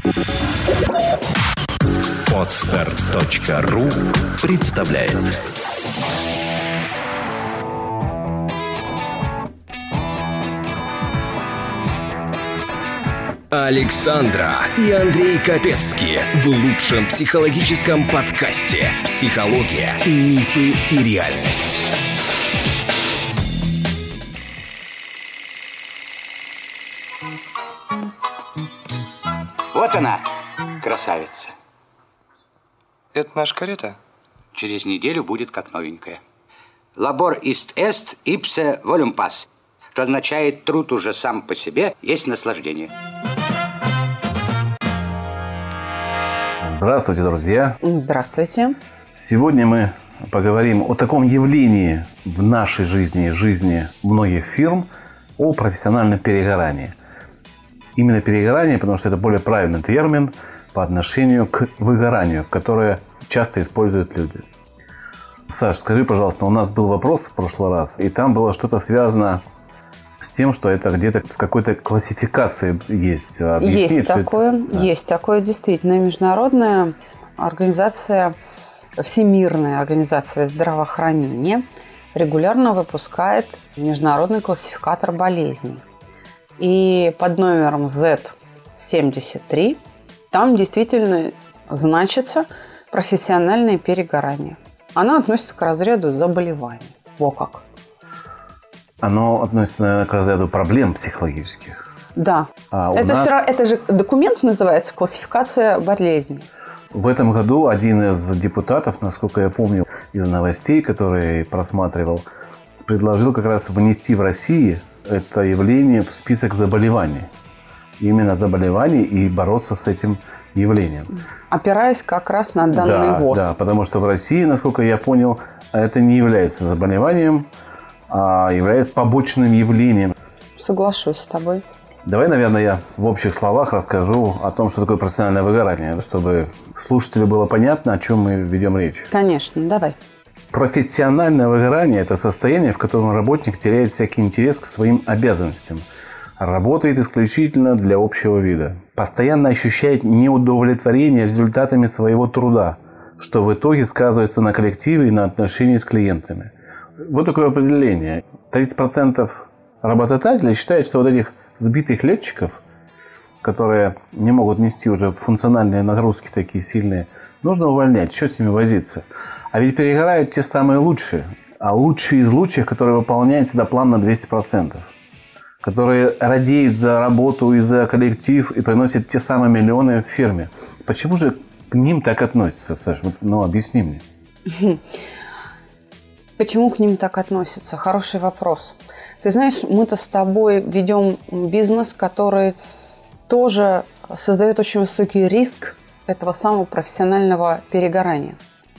Podster.ru представляет. Александра и Андрей Капецки в лучшем психологическом подкасте «Психология, мифы и реальность». Вот она, красавица. Это наша карета? Через неделю будет как новенькая. Labor ist est, ipse voluntas, что означает труд уже сам по себе есть наслаждение. Здравствуйте, друзья. Здравствуйте. Сегодня мы поговорим о таком явлении в нашей жизни и жизни многих фирм, о профессиональном перегорании. Именно перегорание, потому что это более правильный термин по отношению к выгоранию, которое часто используют люди. Саш, скажи, пожалуйста, у нас был вопрос в прошлый раз, и там было что-то связано с тем, что это где-то с какой-то классификацией есть. Объясни, есть такое, это? Есть такое, действительно. Международная организация, Всемирная организация здравоохранения регулярно выпускает международный классификатор болезней. И под номером Z73 там действительно значится профессиональное перегорание. Оно относится к разряду заболеваний. Во как. Оно относится, наверное, к разряду проблем психологических. Да. Это же документ называется «Классификация болезней». В этом году один из депутатов, насколько я помню, из новостей, которые просматривал, предложил как раз внести в России это явление в список заболеваний. Именно заболеваний и бороться с этим явлением. Опираясь как раз на данный ВОЗ. Да, потому что в России, насколько я понял, это не является заболеванием, а является побочным явлением. Соглашусь с тобой. Давай, наверное, я в общих словах расскажу о том, что такое профессиональное выгорание, чтобы слушателю было понятно, о чем мы ведем речь. Конечно, давай. Профессиональное выгорание – это состояние, в котором работник теряет всякий интерес к своим обязанностям, работает исключительно для общего вида, постоянно ощущает неудовлетворение результатами своего труда, что в итоге сказывается на коллективе и на отношении с клиентами. Вот такое определение. 30% работодателей считают, что вот этих сбитых летчиков, которые не могут нести уже функциональные нагрузки такие сильные, нужно увольнять. Что с ними возиться? А ведь перегорают те самые лучшие. А лучшие из лучших, которые выполняют всегда план на 200%. Которые радеют за работу и за коллектив и приносят те самые миллионы в фирме. Почему же к ним так относятся, Саш? Объясни мне. Почему к ним так относятся? Хороший вопрос. Ты знаешь, мы-то с тобой ведем бизнес, который тоже создает очень высокий риск этого самого профессионального перегорания.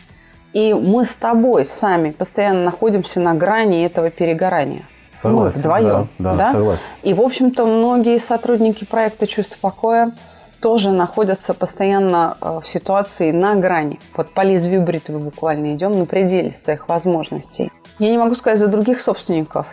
И мы с тобой сами постоянно находимся на грани этого перегорания. Согласен. Вдвоем. Да, согласен. И, в общем-то, многие сотрудники проекта «Чувство покоя» тоже находятся постоянно в ситуации на грани. Вот по лезвию бритвы буквально идем на пределе своих возможностей. Я не могу сказать за других собственников,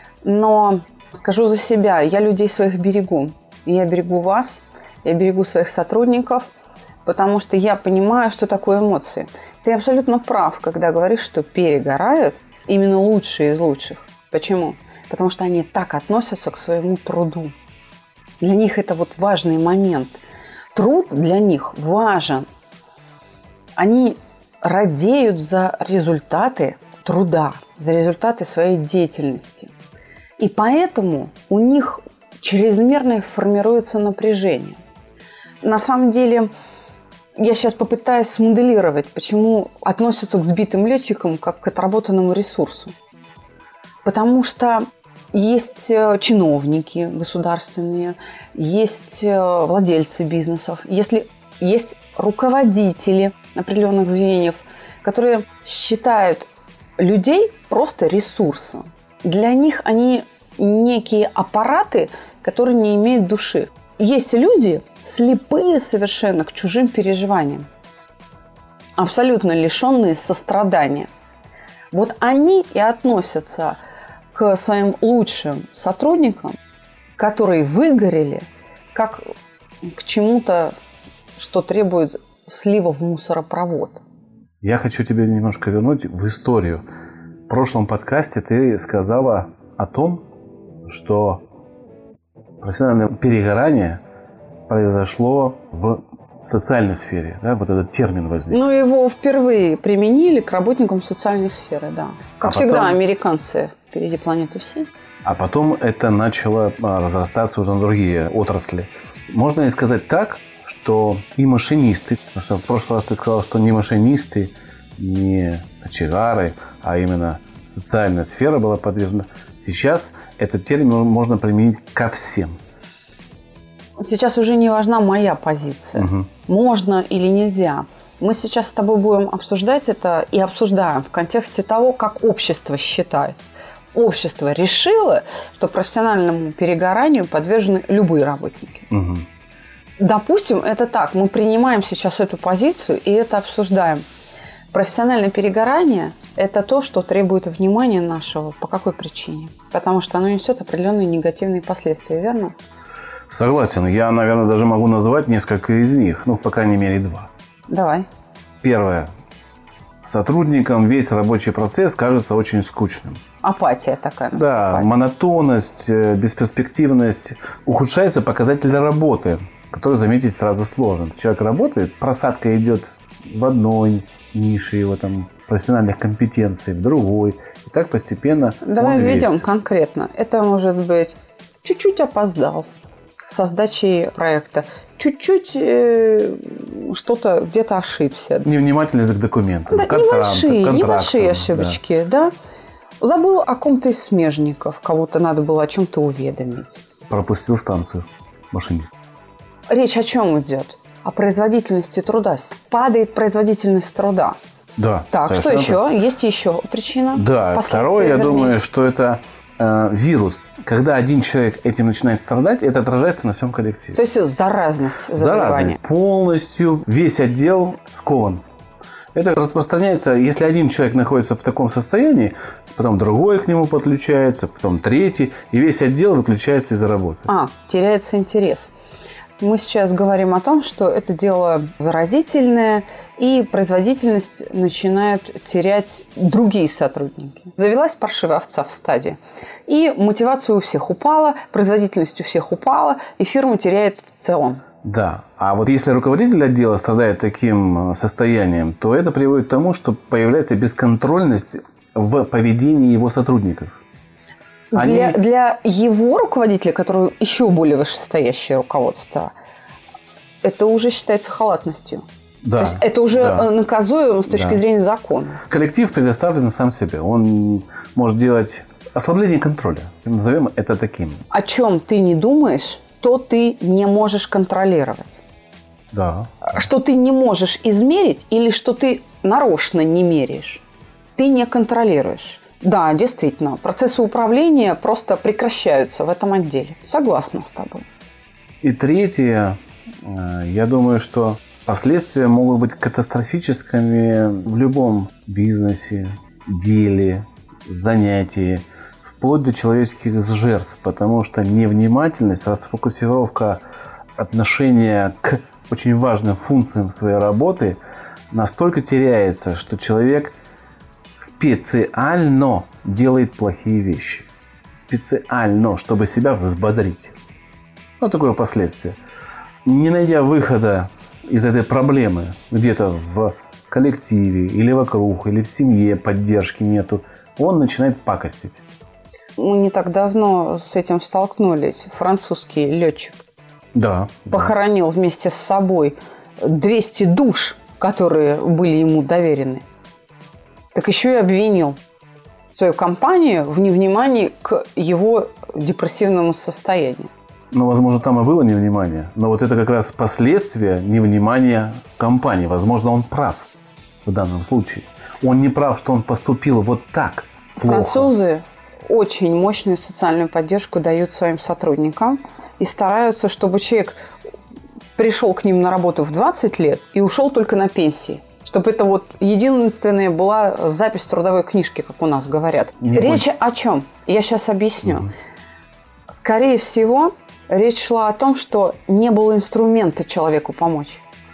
но скажу за себя. Я людей своих берегу. Я берегу вас, я берегу своих сотрудников, потому что я понимаю, что такое эмоции. Ты абсолютно прав, когда говоришь, что перегорают именно лучшие из лучших. Почему? Потому что они так относятся к своему труду. Для них это вот важный момент. Труд для них важен. Они радеют за результаты труда, за результаты своей деятельности. И поэтому у них чрезмерно формируется напряжение. На самом деле, я сейчас попытаюсь смоделировать, почему относятся к сбитым летчикам как к отработанному ресурсу. Потому что есть чиновники государственные, есть владельцы бизнесов, есть руководители определенных звеньев, которые считают людей просто ресурсом. Для них они некие аппараты, которые не имеют души. Есть люди, слепые совершенно к чужим переживаниям, абсолютно лишенные сострадания. Вот они и относятся к своим лучшим сотрудникам, которые выгорели, как к чему-то что требует слива в мусоропровод. Я хочу тебя немножко вернуть в историю. В прошлом подкасте ты сказала о том, что профессиональное перегорание произошло в социальной сфере. Да? Вот этот термин возник. Ну, его впервые применили к работникам социальной сферы, да. Как всегда, американцы впереди планеты всей. А потом это начало разрастаться уже на другие отрасли. Можно ли сказать так, что и машинисты, потому что в прошлый раз ты сказал, что не машинисты, не кочегары, а именно социальная сфера была подвержена. Сейчас этот термин можно применить ко всем. Сейчас уже не важна моя позиция. Угу. Можно или нельзя. Мы сейчас с тобой будем обсуждать это и обсуждаем в контексте того, как общество считает. Общество решило, что профессиональному перегоранию подвержены любые работники. Угу. Допустим, это так. Мы принимаем сейчас эту позицию и это обсуждаем. Профессиональное перегорание – это то, что требует внимания нашего. По какой причине? Потому что оно несет определенные негативные последствия, верно? Согласен. Я, наверное, даже могу назвать несколько из них. Ну, по крайней мере, 2. Давай. Первое. Сотрудникам весь рабочий процесс кажется очень скучным. Апатия такая. Да, монотонность, бесперспективность. Ухудшается показатель работы, который заметить сразу сложно. Человек работает, просадка идет в одной нише его там профессиональных компетенций, в другой. И так постепенно. Давай введем конкретно. Это может быть чуть-чуть опоздал со сдачей проекта, чуть-чуть что-то где-то ошибся. Невнимательность к документам. Да, небольшие ошибочки, да. Забыл о ком-то из смежников, кого-то надо было о чем-то уведомить. Пропустил станцию машинист. Речь о чем идет? О производительности труда. Падает производительность труда. Да. Так, что еще? Есть еще причина? Да, второе, я думаю, что это вирус. Когда один человек этим начинает страдать, это отражается на всем коллективе. То есть заразность заболевания. Заразность. Полностью весь отдел скован. Это распространяется, если один человек находится в таком состоянии, потом другой к нему подключается, потом третий, и весь отдел выключается из-за работы. Теряется интерес. Мы сейчас говорим о том, что это дело заразительное, и производительность начинают терять другие сотрудники. Завелась паршивая овца в стаде, и мотивация у всех упала, производительность у всех упала, и фирма теряет в целом. Да. А вот если руководитель отдела страдает таким состоянием, то это приводит к тому, что появляется бесконтрольность в поведении его сотрудников. Для его руководителя, который еще более вышестоящее руководство, это уже считается халатностью. Да, то есть это уже наказуемо с точки зрения закона. Коллектив предоставлен сам себе. Он может делать ослабление контроля. Назовем это таким. О чем ты не думаешь, то ты не можешь контролировать. Да. Что ты не можешь измерить или что ты нарочно не меряешь, ты не контролируешь. Да, действительно, процессы управления просто прекращаются в этом отделе. Согласна с тобой. И третье, я думаю, что последствия могут быть катастрофическими в любом бизнесе, деле, занятии, вплоть до человеческих жертв, потому что невнимательность, расфокусировка отношения к очень важным функциям своей работы настолько теряется, что человек специально делает плохие вещи. Специально, чтобы себя взбодрить. Вот такое последствие. Не найдя выхода из этой проблемы где-то в коллективе, или вокруг, или в семье поддержки нету, он начинает пакостить. Мы не так давно с этим столкнулись. Французский летчик похоронил вместе с собой 200 душ, которые были ему доверены. Так еще и обвинил свою компанию в невнимании к его депрессивному состоянию. Ну, возможно, там и было невнимание. Но вот это как раз последствия невнимания компании. Возможно, он прав в данном случае. Он не прав, что он поступил вот так плохо. Французы очень мощную социальную поддержку дают своим сотрудникам и стараются, чтобы человек пришел к ним на работу в 20 лет и ушел только на пенсии. Чтобы это вот единственная была запись в трудовой книжке, как у нас говорят. Речь о чем? Я сейчас объясню. Скорее всего, речь шла о том, что не было инструмента человеку помочь.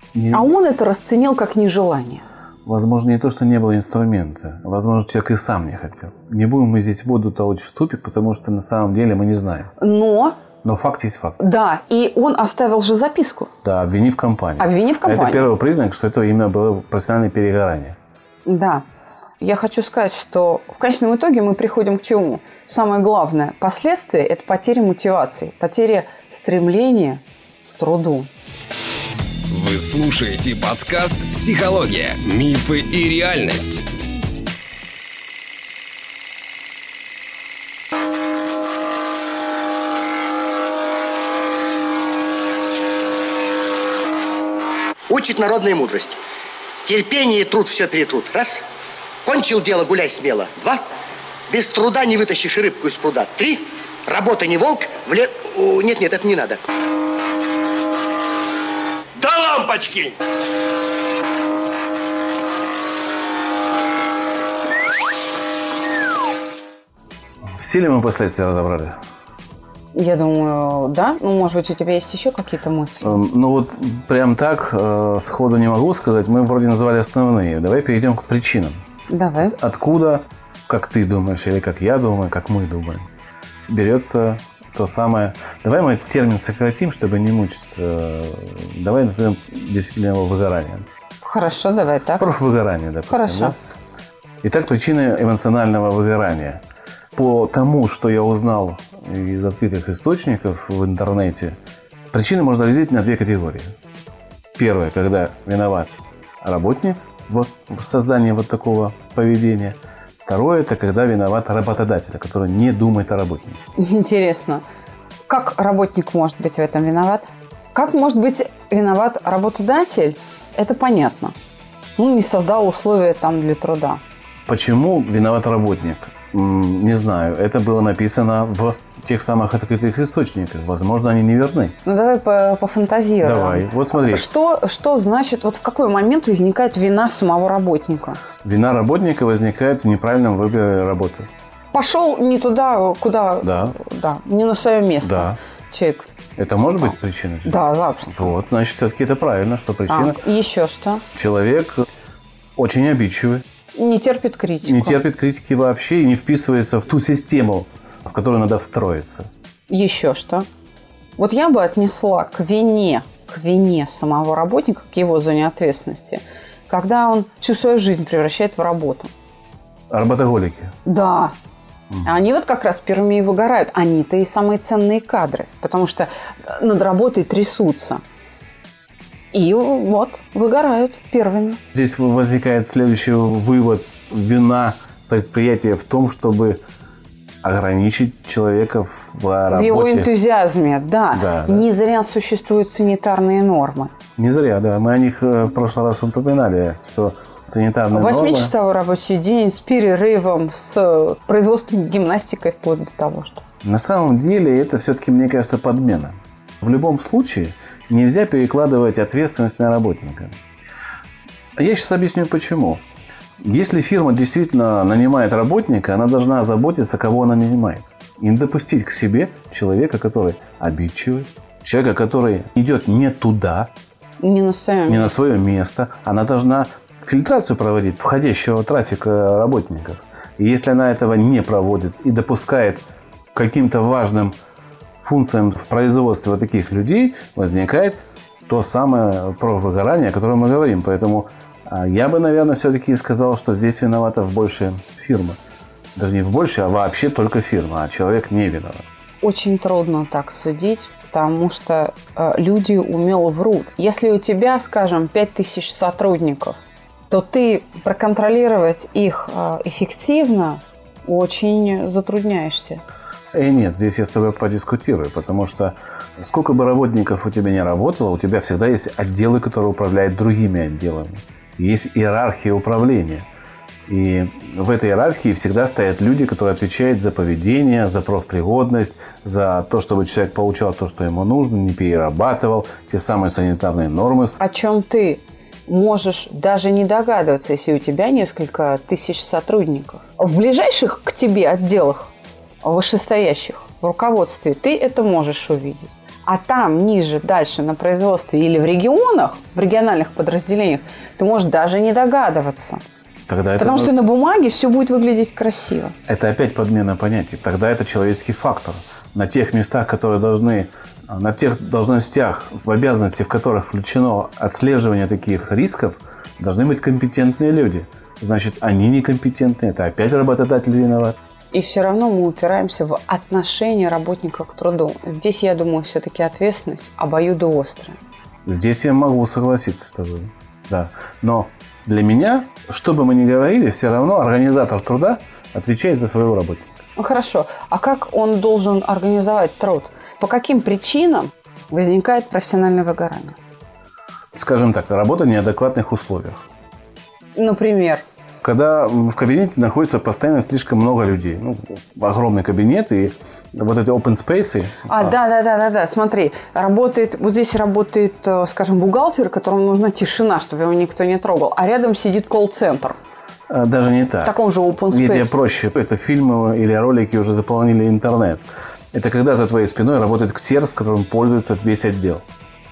А он это расценил как нежелание. Возможно, не то, что не было инструмента. Возможно, человек и сам не хотел. Не будем мы здесь воду толочь в ступик, потому что на самом деле мы не знаем. Но факт есть факт. Да, и он оставил же записку. Да, обвинив компанию. Это первый признак, что это именно было профессиональное перегорание. Да. Я хочу сказать, что в конечном итоге мы приходим к чему? Самое главное последствие – это потеря мотивации, потеря стремления к труду. Вы слушаете подкаст «Психология. Мифы и реальность». Учит народная мудрость. Терпение и труд все перетрут. Раз. Кончил дело, гуляй смело. 2. Без труда не вытащишь рыбку из пруда. 3. Работа не волк, Нет, это не надо. До лампочки! Все ли мы последствия разобрали? Я думаю, да. Может быть, у тебя есть еще какие-то мысли? Прям так сходу не могу сказать. Мы вроде назвали основные. Давай перейдем к причинам. Давай. Откуда, как ты думаешь, или как я думаю, как мы думаем, берется то самое... Давай мы термин сократим, чтобы не мучиться. Давай назовем действительно его выгоранием. Хорошо, давай так. Профвыгорание, допустим. Хорошо. Да? Итак, причины эмоционального выгорания. По тому, что я узнал из открытых источников в интернете, причины можно разделить на 2 категории. Первая, когда виноват работник в создании вот такого поведения. Второе, это когда виноват работодатель, который не думает о работнике. Интересно, как работник может быть в этом виноват? Как может быть виноват работодатель? Это понятно. Не создал условия там для труда. Почему виноват работник? Не знаю. Это было написано в тех самых открытых источниках. Возможно, они не верны. Давай пофантазируем. Давай. Вот смотри. Что значит, в какой момент возникает вина самого работника? Вина работника возникает в неправильном выборе работы. Пошел не туда, куда... Да. Не на свое место. Да. Человек. Это может быть причиной? Да, запросто. Вот, значит, все-таки это правильно, что причина. И еще что? Человек очень обидчивый. Не терпит критику. Не терпит критики вообще и не вписывается в ту систему, в которую надо встроиться. Еще что? Я бы отнесла к вине самого работника, к его зоне ответственности, когда он всю свою жизнь превращает в работу. Работоголики. Да. Они как раз первыми и выгорают. Они-то и самые ценные кадры, потому что над работой трясутся. И выгорают первыми. Здесь возникает следующий вывод. Вина предприятия в том, чтобы ограничить человека в работе. В его энтузиазме, да. Не зря существуют санитарные нормы. Не зря, да. Мы о них в прошлый раз упоминали, что санитарные нормы... 8-часовой рабочий день с перерывом, с производственной гимнастикой вплоть до того, что... На самом деле это все-таки, мне кажется, подмена. В любом случае нельзя перекладывать ответственность на работника. Я сейчас объясню почему. Если фирма действительно нанимает работника, она должна заботиться, кого она нанимает. И не допустить к себе человека, который обидчивый, человека, который идет не туда, не на свое место. Она должна фильтрацию проводить входящего трафика работников. И если она этого не проводит и допускает к каким-то важным функциям в производстве таких людей, возникает то самое профвыгорание, о котором мы говорим. Поэтому я бы, наверное, все-таки сказал, что здесь виновата в больше фирма. Даже не в больше, а вообще только фирма, а человек не виноват. Очень трудно так судить, потому что люди умело врут. Если у тебя, скажем, 5000 сотрудников, то ты проконтролировать их эффективно очень затрудняешься. Нет, здесь я с тобой подискутирую, потому что сколько бы работников у тебя не работало, у тебя всегда есть отделы, которые управляют другими отделами. Есть иерархия управления. И в этой иерархии всегда стоят люди, которые отвечают за поведение, за профпригодность, за то, чтобы человек получал то, что ему нужно, не перерабатывал, те самые санитарные нормы. О чем ты можешь даже не догадываться, если у тебя несколько тысяч сотрудников. В ближайших к тебе отделах, вышестоящих, в руководстве, ты это можешь увидеть. А там, ниже, дальше, на производстве или в регионах, в региональных подразделениях, ты можешь даже не догадываться. Потому что на бумаге все будет выглядеть красиво. Это опять подмена понятий. Тогда это человеческий фактор. На тех местах, на тех должностях, в обязанности, в которых включено отслеживание таких рисков, должны быть компетентные люди. Значит, они некомпетентные. Это опять работодатель виноват. И все равно мы упираемся в отношение работника к труду. Здесь, я думаю, все-таки ответственность обоюдоострая. Здесь я могу согласиться с тобой. Да. Но для меня, что бы мы ни говорили, все равно организатор труда отвечает за своего работника. Ну хорошо. А как он должен организовать труд? По каким причинам возникает профессиональное выгорание? Скажем так, работа в неадекватных условиях. Например? Когда в кабинете находится постоянно слишком много людей. Огромный кабинет и вот эти open space. Да. Смотри, вот здесь работает, скажем, бухгалтер, которому нужна тишина, чтобы его никто не трогал. А рядом сидит колл-центр. Даже не так. В таком же open space. Где проще. Это фильмы или ролики уже заполнили интернет. Это когда за твоей спиной работает ксерокс, которым пользуется весь отдел.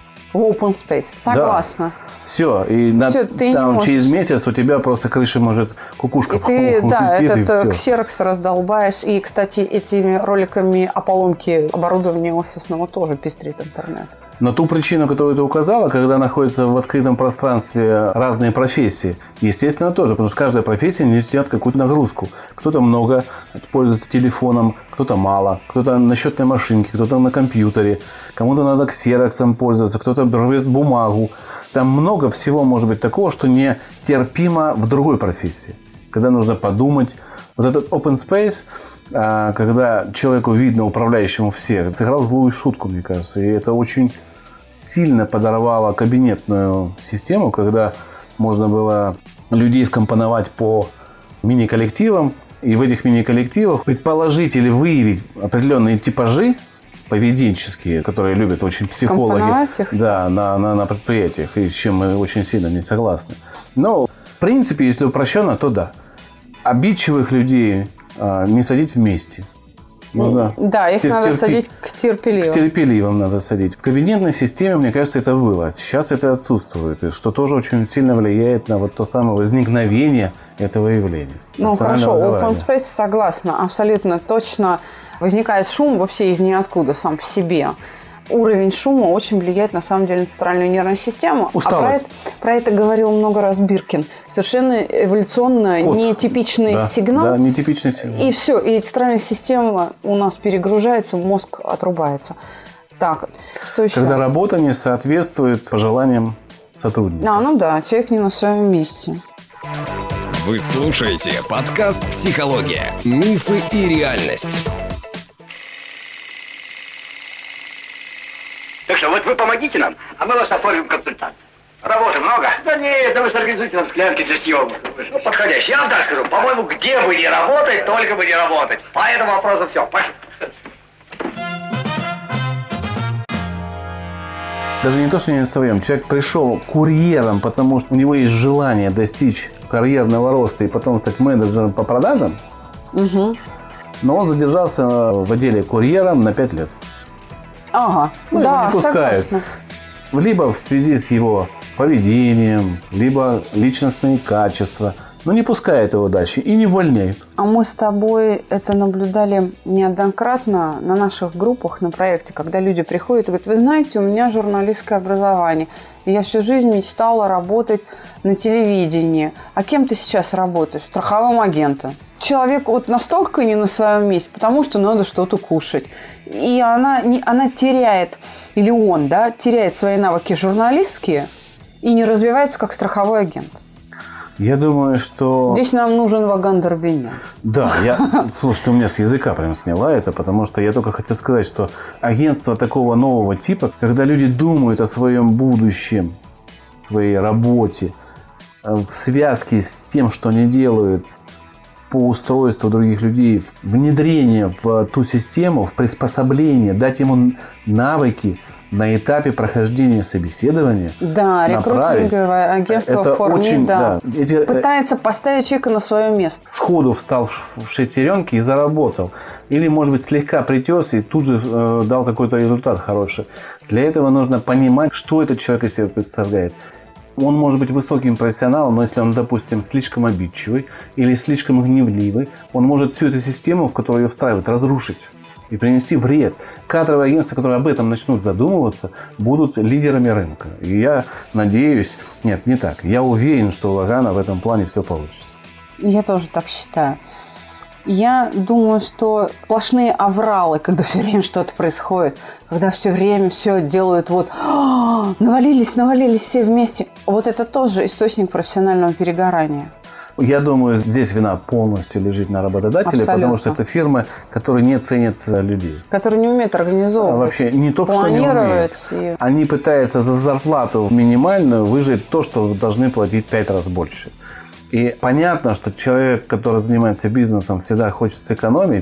В open space. Согласна. Да. Все, и там через месяц у тебя просто крыша может кукушка улететь. Этот ксерокс раздолбаешь. И, кстати, этими роликами о поломке оборудования офисного тоже пестрит интернет. Но ту причину, которую ты указала, когда находятся в открытом пространстве разные профессии, естественно, тоже, потому что каждая профессия несет какую-то нагрузку. Кто-то много пользуется телефоном, кто-то мало, кто-то на счетной машинке, кто-то на компьютере, кому-то надо ксероксом пользоваться, кто-то рвет бумагу. Там много всего может быть такого, что нетерпимо в другой профессии. Когда нужно подумать. Вот этот open space, когда человеку видно, управляющему всех, сыграл злую шутку, мне кажется. И это очень сильно подорвало кабинетную систему, когда можно было людей скомпоновать по мини-коллективам. И в этих мини-коллективах предположить или выявить определенные типажи поведенческие, которые любят очень психологи, да, на предприятиях, и с чем мы очень сильно не согласны. Но, в принципе, если упрощенно, то да. Обидчивых людей не садить вместе. Нужно их надо садить к терпеливым. К терпеливым надо садить. В кабинетной системе, мне кажется, это было. Сейчас это отсутствует, что тоже очень сильно влияет на вот то самое возникновение этого явления. Хорошо, open space, согласна, абсолютно точно. Возникает шум вообще из ниоткуда сам по себе. Уровень шума очень влияет, на самом деле, на центральную нервную систему. Усталость. Про это говорил много раз Биркин. Совершенно эволюционно нетипичный сигнал. Да, нетипичный сигнал. И все. И центральная система у нас перегружается, мозг отрубается. Так, что еще? Когда работа не соответствует пожеланиям сотрудника. Человек не на своем месте. Вы слушаете подкаст «Психология. Мифы и реальность». Так что, вот вы помогите нам, а мы вас оформим консультант. Работы много? Да нет, вы организуйте нам склянки для съемок. Подходящий. Я вам так скажу, по-моему, где бы ни работать, только бы не работать. По этому вопросу все. Пошли. Даже не то, что не на своем. Человек пришел курьером, потому что у него есть желание достичь карьерного роста и потом стать менеджером по продажам. Угу. Но он задержался в отделе курьером на 5 лет. Не пускают. Согласна. Либо в связи с его поведением, либо личностные качества. Но не пускают его дальше и не увольняют. А мы с тобой это наблюдали неоднократно на наших группах, на проекте, когда люди приходят и говорят: вы знаете, у меня журналистское образование, и я всю жизнь мечтала работать на телевидении. А кем ты сейчас работаешь? Страховым агентом. Человек настолько не на своем месте, потому что надо что-то кушать. И она теряет, или он, теряет свои навыки журналистские и не развивается как страховой агент. Я думаю, что... Здесь нам нужен Ваган Д'Арбиньян. Да, слушай, ты у меня с языка прям сняла это, потому что я только хотел сказать, что агентство такого нового типа, когда люди думают о своем будущем, своей работе, в связке с тем, что они делают по устройству других людей, внедрение в ту систему, в приспособление, дать ему навыки на этапе прохождения собеседования Да, рекрутинговое агентство в форме, очень, да. Эти, пытается поставить человека на свое место. Сходу встал в шестеренки и заработал. Или, может быть, слегка притерся и тут же дал какой-то результат хороший. Для этого нужно понимать, что этот человек из себя представляет. Он может быть высоким профессионалом, но если он, допустим, слишком обидчивый или слишком гневливый, он может всю эту систему, в которую ее встраивают, разрушить и принести вред. Кадровые агентства, которые об этом начнут задумываться, будут лидерами рынка. И я надеюсь, нет, не так. Я уверен, что у Лагана в этом плане все получится. Я тоже так считаю. Я думаю, что сплошные авралы, когда все время что-то происходит, когда все время все делают навалились все вместе, вот это тоже источник профессионального перегорания. Я думаю, здесь вина полностью лежит на работодателе, Абсолютно. потому что это фирмы, которые не ценят людей. Которые не умеют организовывать. Вообще не только что не умеют. Они пытаются за зарплату минимальную выжить то, что должны платить 5 раз больше. И понятно, что человек, который занимается бизнесом, всегда хочет сэкономить,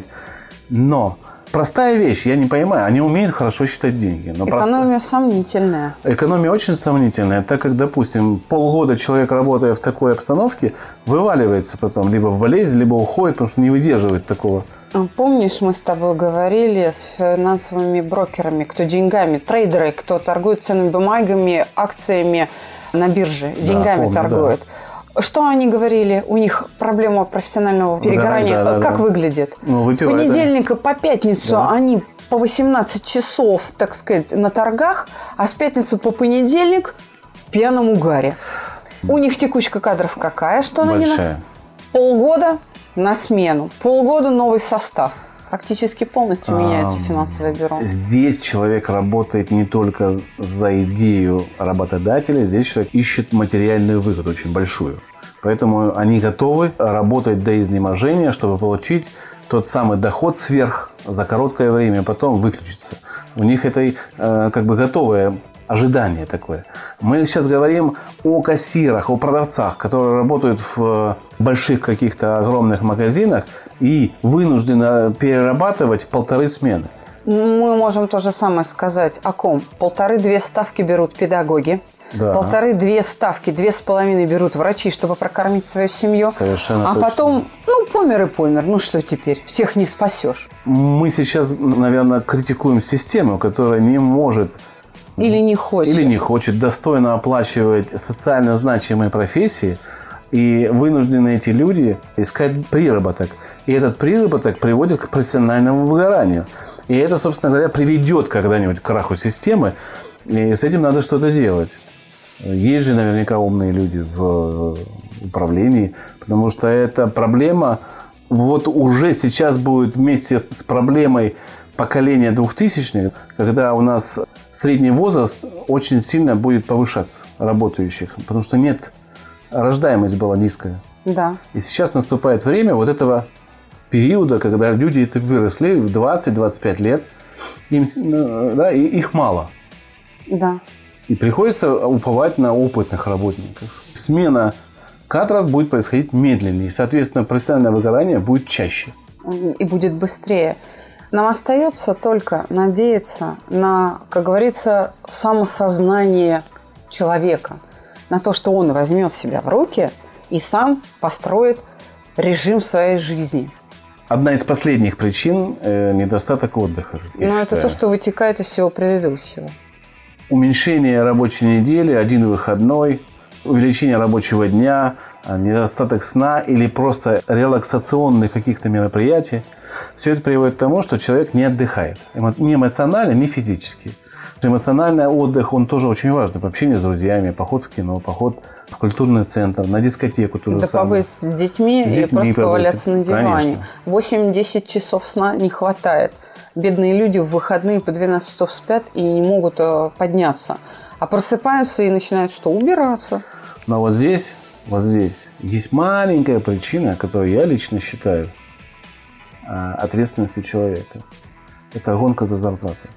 но простая вещь, я не понимаю, они умеют хорошо считать деньги. Но экономия сомнительная. Экономия очень сомнительная, так как, допустим, полгода человек, работая в такой обстановке, вываливается потом либо в болезнь, либо уходит, потому что не выдерживает такого. Помнишь, мы с тобой говорили с финансовыми брокерами, кто деньгами, трейдеры, кто торгует ценными бумагами, акциями на бирже, деньгами торгует. Да. Что они говорили? У них проблема профессионального перегорания. Как выглядит? С понедельника по пятницу они по 18 часов, так сказать, на торгах, а с пятницы по понедельник в пьяном угаре. У них текучка кадров какая? Что она не на полгода на смену, полгода новый состав. Практически полностью меняется финансовое бюро. Здесь человек работает не только за идею работодателя, здесь человек ищет материальную выгоду, очень большую. Поэтому они готовы работать до изнеможения, чтобы получить тот самый доход сверх за короткое время, потом выключиться. У них это как бы готовое ожидание такое. Мы сейчас говорим о кассирах, о продавцах, которые работают в больших каких-то огромных магазинах и вынуждены перерабатывать 1,5 смены. Мы можем то же самое сказать о ком. 1,5-2 ставки берут педагоги. Да. 1,5-2 ставки, 2,5 берут врачи, чтобы прокормить свою семью. Совершенно точно. Потом, помер и помер. Ну что теперь? Всех не спасешь. Мы сейчас, наверное, критикуем систему, которая не может или не хочет достойно оплачивать социально значимые профессии, и вынуждены эти люди искать приработок. И этот приработок приводит к профессиональному выгоранию. И это, собственно говоря, приведет когда-нибудь к краху системы, и с этим надо что-то делать. Есть же наверняка умные люди в управлении, потому что эта проблема вот уже сейчас будет вместе с проблемой поколения 2000-х, когда у нас средний возраст очень сильно будет повышаться работающих, потому что рождаемость была низкая. Да. И сейчас наступает время вот этого периода, когда люди это выросли в 20-25 лет, их мало. Да. И приходится уповать на опытных работников. Смена кадров будет происходить медленнее. И, соответственно, профессиональное выгорание будет чаще. И будет быстрее. Нам остается только надеяться на, как говорится, самосознание человека. На то, что он возьмет себя в руки и сам построит режим своей жизни. Одна из последних причин – недостаток отдыха. Но это то, что вытекает из всего предыдущего. Уменьшение рабочей недели, один выходной, увеличение рабочего дня, недостаток сна или просто релаксационных каких-то мероприятий. Все это приводит к тому, что человек не отдыхает. Ни эмоционально, ни физически. Эмоциональный отдых, он тоже очень важен. Общение с друзьями, поход в кино, поход в культурный центр, на дискотеку. Да побыть с детьми и просто поваляться на диване. 8-10 часов сна не хватает. Бедные люди в выходные по 12 часов спят и не могут подняться. А просыпаются и начинают что? Убираться. Но вот здесь есть маленькая причина, которую я лично считаю ответственностью человека. Это гонка за зарплатой.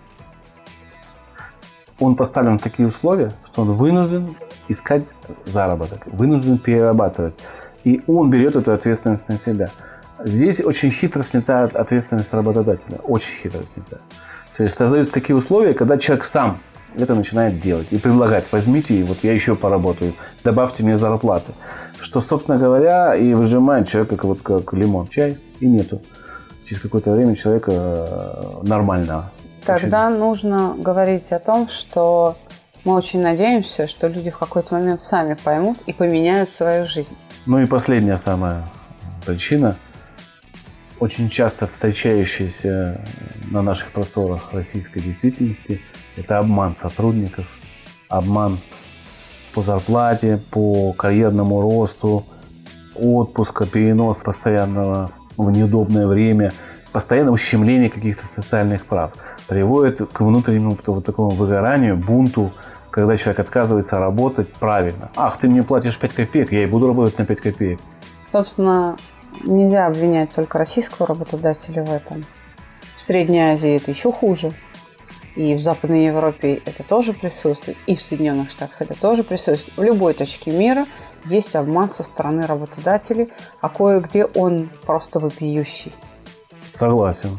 Он поставлен в такие условия, что он вынужден искать заработок, вынужден перерабатывать. И он берет эту ответственность на себя. Здесь очень хитро снята ответственность работодателя. Очень хитро снята. То есть создаются такие условия, когда человек сам это начинает делать и предлагать: возьмите, и вот я еще поработаю, добавьте мне зарплаты. Что, собственно говоря, и выжимает человека как лимон в чай, и нету через какое-то время человека нормального. Тогда нужно говорить о том, что мы очень надеемся, что люди в какой-то момент сами поймут и поменяют свою жизнь. Ну и последняя самая причина, очень часто встречающаяся на наших просторах российской действительности, это обман сотрудников, обман по зарплате, по карьерному росту, отпуска, перенос постоянного в неудобное время, постоянное ущемление каких-то социальных прав приводит к внутреннему вот такому выгоранию, бунту, когда человек отказывается работать правильно. Ах, ты мне платишь 5 копеек, я и буду работать на 5 копеек. Собственно, нельзя обвинять только российского работодателя в этом. В Средней Азии это еще хуже. И в Западной Европе это тоже присутствует. И в Соединенных Штатах это тоже присутствует. В любой точке мира есть обман со стороны работодателей, а кое-где он просто вопиющий. Согласен.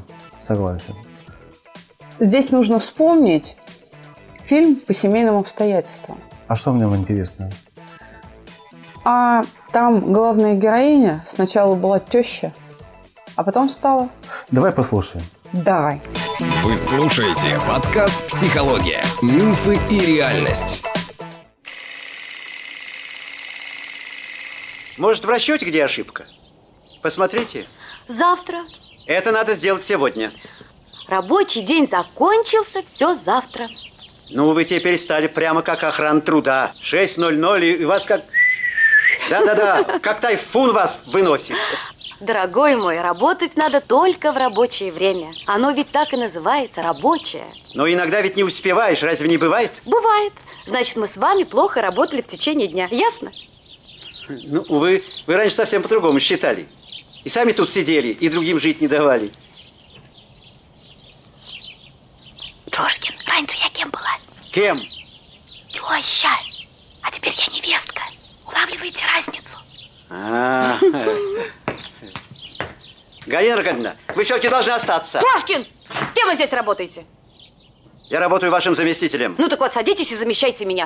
Здесь нужно вспомнить фильм «По семейным обстоятельствам». А что в нем интересно? А там главная героиня сначала была теща, а потом стала... Давай послушаем. Давай. Вы слушаете подкаст «Психология. Мифы и реальность». Может, в расчете где ошибка? Посмотрите. Завтра. Это надо сделать сегодня. Рабочий день закончился, все завтра. Ну, вы теперь стали прямо как охрана труда. 6:00, и вас как... Да-да-да, как тайфун вас выносит. Дорогой мой, работать надо только в рабочее время. Оно ведь так и называется, рабочее. Но иногда ведь не успеваешь, разве не бывает? Бывает. Значит, мы с вами плохо работали в течение дня, ясно? Ну, увы, вы раньше совсем по-другому считали. И сами тут сидели, и другим жить не давали. Трошкин, раньше я кем была? Кем? Теща. А теперь я невестка. Улавливаете разницу? Галина Аркадьевна, вы все-таки должны остаться. Трошкин! Кем вы здесь работаете? Я работаю вашим заместителем. Ну так вот, садитесь и замещайте меня.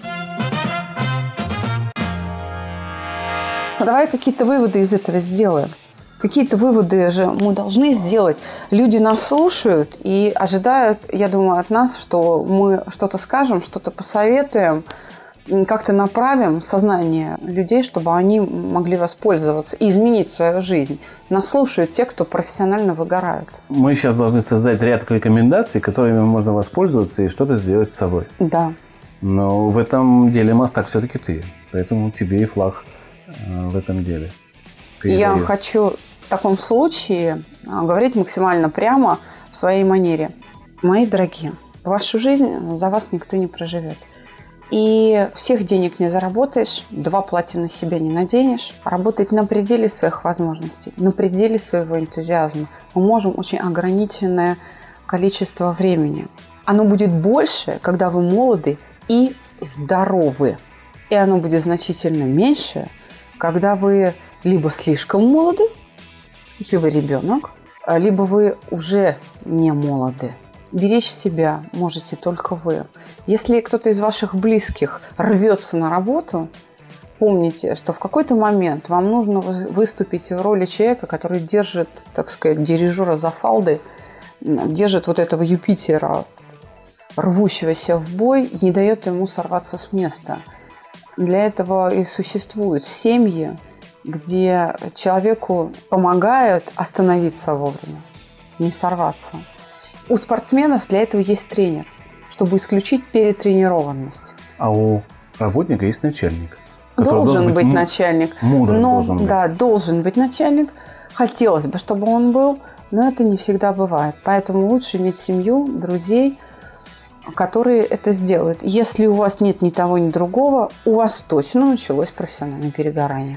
Давай какие-то выводы из этого сделаем. Какие-то выводы же мы должны сделать. Люди нас слушают и ожидают, я думаю, от нас, что мы что-то скажем, что-то посоветуем, как-то направим сознание людей, чтобы они могли воспользоваться и изменить свою жизнь. Нас слушают те, кто профессионально выгорают. Мы сейчас должны создать ряд рекомендаций, которыми можно воспользоваться и что-то сделать с собой. Да. Но в этом деле мастак все-таки ты. Поэтому тебе и флаг в этом деле. Я хочу в таком случае говорить максимально прямо в своей манере. Мои дорогие, вашу жизнь за вас никто не проживет. И всех денег не заработаешь, 2 платья на себя не наденешь. Работать на пределе своих возможностей, на пределе своего энтузиазма мы можем очень ограниченное количество времени. Оно будет больше, когда вы молоды и здоровы. И оно будет значительно меньше, когда вы либо слишком молоды, если вы ребенок, либо вы уже не молоды. Беречь себя можете только вы. Если кто-то из ваших близких рвется на работу, помните, что в какой-то момент вам нужно выступить в роли человека, который держит, так сказать, дирижера за фалды, держит вот этого Юпитера, рвущегося в бой, и не дает ему сорваться с места. Для этого и существуют семьи, где человеку помогают остановиться вовремя, не сорваться. У спортсменов для этого есть тренер, чтобы исключить перетренированность. А у работника есть начальник. Должен быть начальник. Мудрым должен быть. Да, должен быть начальник. Хотелось бы, чтобы он был, но это не всегда бывает. Поэтому лучше иметь семью, друзей, которые это сделают. Если у вас нет ни того, ни другого, у вас точно началось профессиональное перегорание.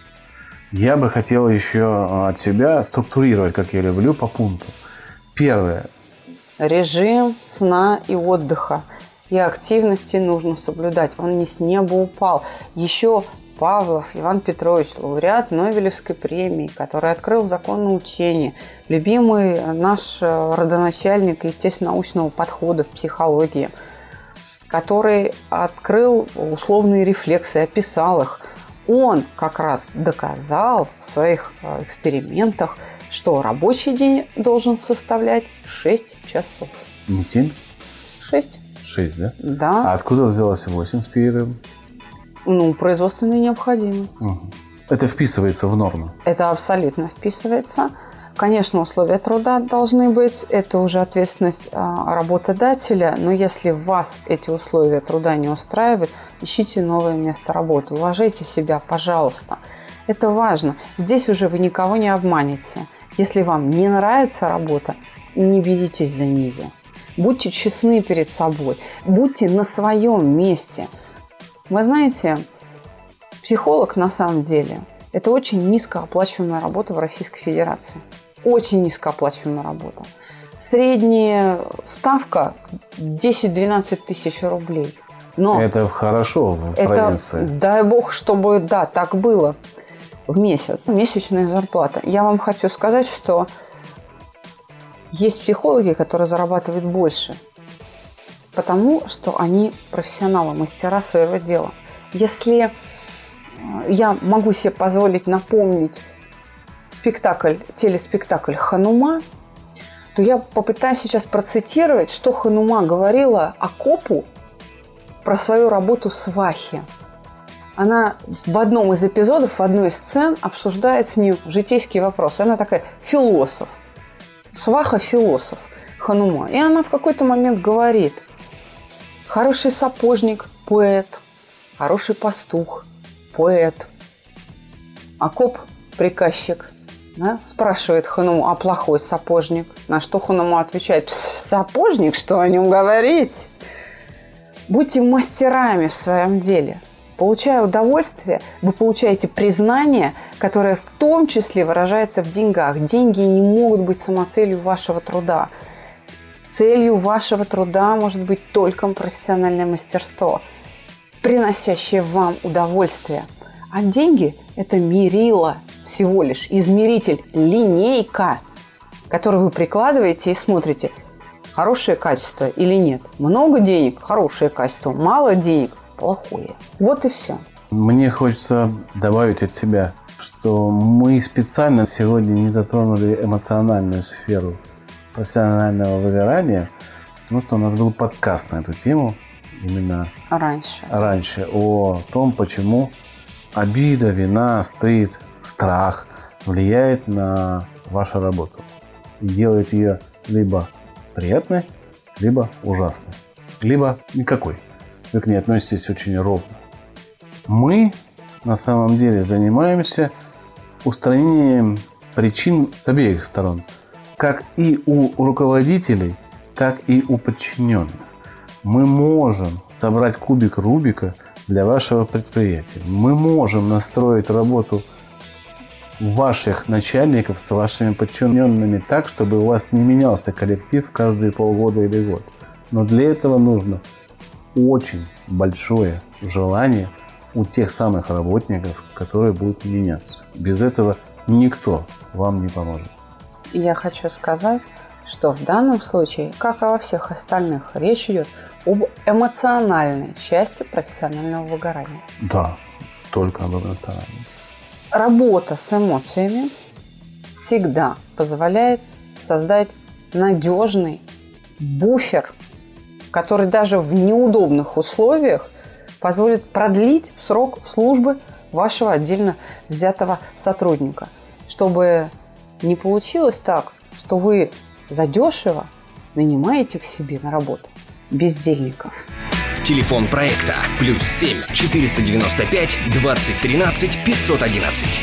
Я бы хотел еще от себя структурировать, как я люблю, по пункту. Первое. Режим сна и отдыха и активности нужно соблюдать. Он не с неба упал. Еще Павлов Иван Петрович, лауреат Нобелевской премии, который открыл закон научения, любимый наш родоначальник естественно-научного подхода в психологии, который открыл условные рефлексы, описал их, он как раз доказал в своих экспериментах, что рабочий день должен составлять 6 часов. Не 7? 6. 6, да? Да. А откуда взялось 8 с перерывом? Ну, производственная необходимость. Угу. Это вписывается в норму? Это абсолютно вписывается. Конечно, условия труда должны быть, это уже ответственность работодателя, но если вас эти условия труда не устраивают, ищите новое место работы, уважайте себя, пожалуйста. Это важно. Здесь уже вы никого не обманете. Если вам не нравится работа, не беритесь за нее. Будьте честны перед собой, будьте на своем месте. Вы знаете, психолог на самом деле – это очень низкооплачиваемая работа в Российской Федерации. Очень низкооплачиваемая работа. Средняя ставка 10-12 тысяч рублей. Но это хорошо в провинции. Дай бог, чтобы, да, так было в месяц. Месячная зарплата. Я вам хочу сказать, что есть психологи, которые зарабатывают больше, потому что они профессионалы, мастера своего дела. Если я могу себе позволить напомнить телеспектакль «Ханума», то я попытаюсь сейчас процитировать, что Ханума говорила Акопу про свою работу свахи. Она в одном из эпизодов, в одной из сцен обсуждает с ним житейские вопросы. Она такая философ. Сваха-философ Ханума. И она в какой-то момент говорит: хороший сапожник – поэт, хороший пастух – поэт. Акоп – приказчик. Да, спрашивает Хануму: а плохой сапожник? На что Ханума отвечает: сапожник, что о нем говорить? Будьте мастерами в своем деле. Получая удовольствие, вы получаете признание, которое в том числе выражается в деньгах. Деньги не могут быть самоцелью вашего труда. Целью вашего труда может быть только профессиональное мастерство, приносящее вам удовольствие. А деньги – это мерило, всего лишь измеритель, линейка, которую вы прикладываете и смотрите, хорошее качество или нет. Много денег – хорошее качество, мало денег – плохое. Вот и все. Мне хочется добавить от себя, что мы специально сегодня не затронули эмоциональную сферу профессионального выгорания, потому что у нас был подкаст на эту тему именно раньше о том, почему обида, вина, стыд, страх влияет на вашу работу и делает ее либо приятной, либо ужасной, либо никакой. Вы к ней относитесь очень ровно. Мы на самом деле занимаемся устранением причин с обеих сторон, как и у руководителей, так и у подчиненных. Мы можем собрать кубик Рубика для вашего предприятия. Мы можем настроить работу ваших начальников с вашими подчиненными так, чтобы у вас не менялся коллектив каждые полгода или год. Но для этого нужно очень большое желание у тех самых работников, которые будут меняться. Без этого никто вам не поможет. Я хочу сказать, что в данном случае, как и во всех остальных, речь идет об эмоциональной части профессионального выгорания. Да, только об эмоциональной. Работа с эмоциями всегда позволяет создать надежный буфер, который даже в неудобных условиях позволит продлить срок службы вашего отдельно взятого сотрудника. Чтобы не получилось так, что вы задешево нанимаете к себе на работу бездельников. Телефон проекта +7 495 2013 511.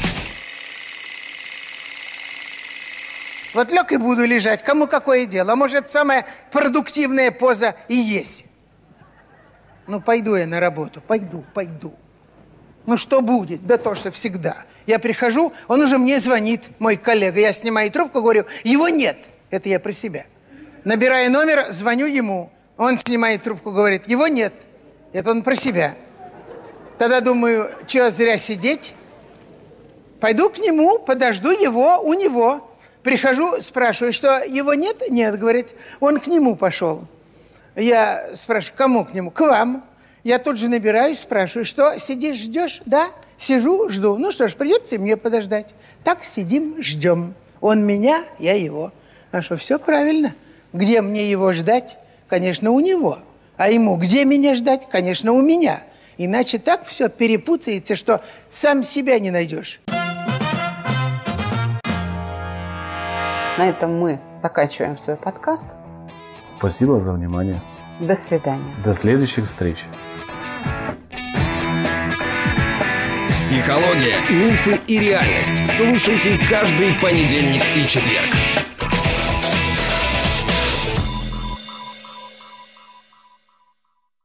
Вот лег и буду лежать, кому какое дело. А может, самая продуктивная поза и есть. Ну, пойду я на работу, пойду. Ну, что будет? Да то, что всегда. Я прихожу, он уже мне звонит, мой коллега. Я снимаю трубку, говорю, его нет. Это я про себя. Набираю номер, звоню ему. Он снимает трубку, говорит, его нет. Это он про себя. Тогда думаю, что зря сидеть? Пойду к нему, подожду его у него. Прихожу, спрашиваю, что его нет? Нет, говорит, он к нему пошел. Я спрашиваю, кому к нему? К вам. Я тут же набираюсь, спрашиваю, что, сидишь, ждешь? Да, сижу, жду. Ну что ж, придется и мне подождать. Так сидим, ждем. Он меня, я его. А что, все правильно. Где мне его ждать? Конечно, у него. А ему где меня ждать? Конечно, у меня. Иначе так все перепутается, что сам себя не найдешь. На этом мы заканчиваем свой подкаст. Спасибо за внимание. До свидания. До следующих встреч. Психология, мифы и реальность. Слушайте каждый понедельник и четверг.